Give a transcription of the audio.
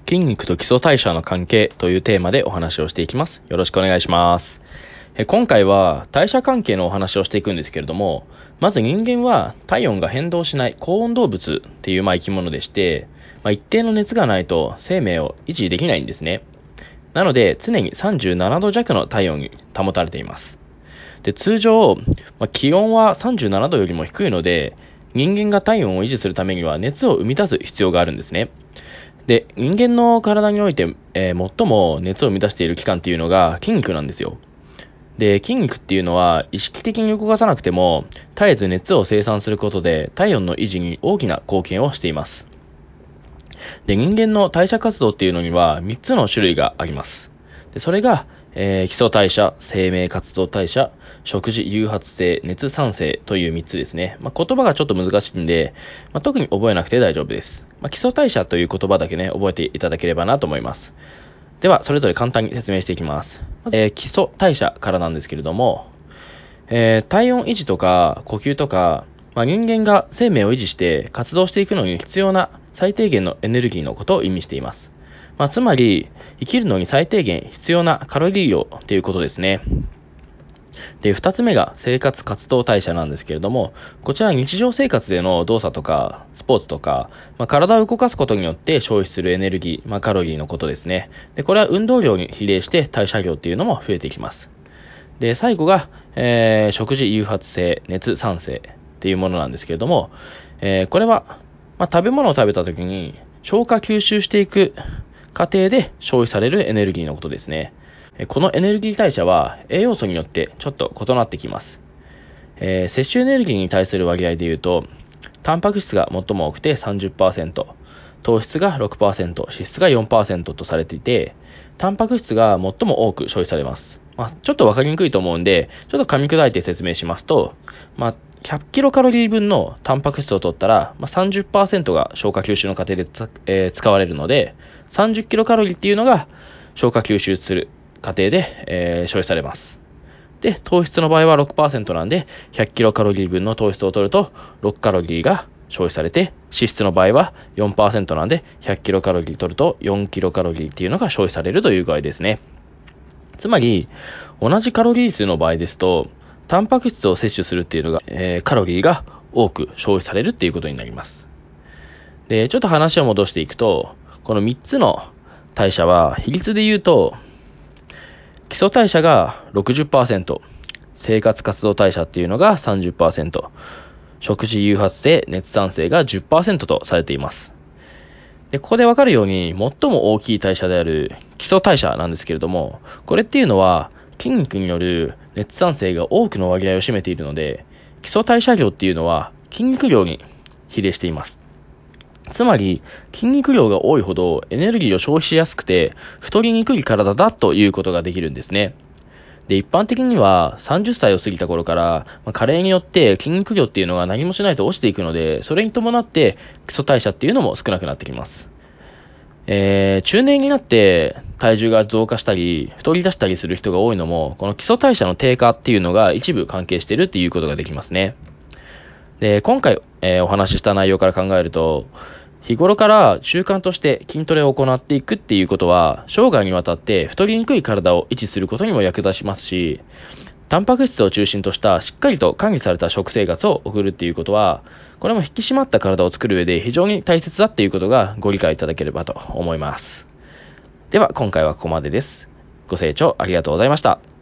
筋肉と基礎代謝の関係というテーマでお話をしていきます。よろしくお願いします。今回は代謝関係のお話をしていくんですけれども、まず人間は体温が変動しない高温動物っていう生き物でして、一定の熱がないと生命を維持できないんですね。なので常に37度弱の体温に保たれています。で、通常、気温は37度よりも低いので、人間が体温を維持するためには熱を生み出す必要があるんですね。で、人間の体において、最も熱を生み出している器官っていうのが筋肉なんですよ。で、筋肉っていうのは意識的に動かさなくても絶えず熱を生産することで体温の維持に大きな貢献をしています。で、人間の代謝活動っていうのには3つの種類があります。で、それが、基礎代謝、生命活動代謝、食事誘発性、熱産生という3つですね。言葉がちょっと難しいんで、特に覚えなくて大丈夫です。基礎代謝という言葉だけね、覚えていただければなと思います。では、それぞれ簡単に説明していきます。まず、基礎代謝からなんですけれども、体温維持とか呼吸とか、人間が生命を維持して活動していくのに必要な最低限のエネルギーのことを意味しています。つまり、生きるのに最低限必要なカロリー量ということですね。で、二つ目が生活活動代謝なんですけれども、こちらは日常生活での動作とかスポーツとか、体を動かすことによって消費するエネルギー、カロリーのことですね。で、これは運動量に比例して代謝量っていうのも増えていきます。で、最後が、食事誘発性、熱産生っていうものなんですけれども、これは、食べ物を食べた時に消化吸収していく過程で消費されるエネルギーのことですね。このエネルギー代謝は栄養素によってちょっと異なってきます。摂取エネルギーに対する割合でいうと、タンパク質が最も多くて 30%、糖質が 6%、脂質が 4% とされていて、タンパク質が最も多く消費されます。ちょっとわかりにくいと思うんで、ちょっと噛み砕いて説明しますと、100キロカロリー分のタンパク質を取ったら、30% が消化吸収の過程で使われるので、30キロカロリーっていうのが消化吸収する過程で、消費されます。で、糖質の場合は 6% なんで、100キロカロリー分の糖質を取ると、6カロリーが消費されて、脂質の場合は 4% なんで、100キロカロリー取ると4キロカロリーっていうのが消費されるという具合ですね。つまり、同じカロリー数の場合ですと、タンパク質を摂取するっていうのが、カロリーが多く消費されるっていうことになります。で、ちょっと話を戻していくと、この3つの代謝は比率で言うと、基礎代謝が 60%、生活活動代謝っていうのが 30%、食事誘発性、熱産生が 10% とされています。で、ここでわかるように、最も大きい代謝である基礎代謝なんですけれども、これっていうのは筋肉による熱産生が多くの割合を占めているので、基礎代謝量っていうのは筋肉量に比例しています。つまり、筋肉量が多いほどエネルギーを消費しやすくて、太りにくい体だということができるんですね。で、一般的には30歳を過ぎた頃から、加齢によって筋肉量っていうのが何もしないと落ちていくので、それに伴って基礎代謝っていうのも少なくなってきます。中年になって体重が増加したり、太り出したりする人が多いのも、この基礎代謝の低下っていうのが一部関係しているっていうことができますね。で、今回、お話しした内容から考えると、日頃から習慣として筋トレを行っていくっていうことは、生涯にわたって太りにくい体を維持することにも役立ちますし、タンパク質を中心としたしっかりと管理された食生活を送るっていうことは、これも引き締まった体を作る上で非常に大切だっていうことがご理解いただければと思います。では今回はここまでです。ご清聴ありがとうございました。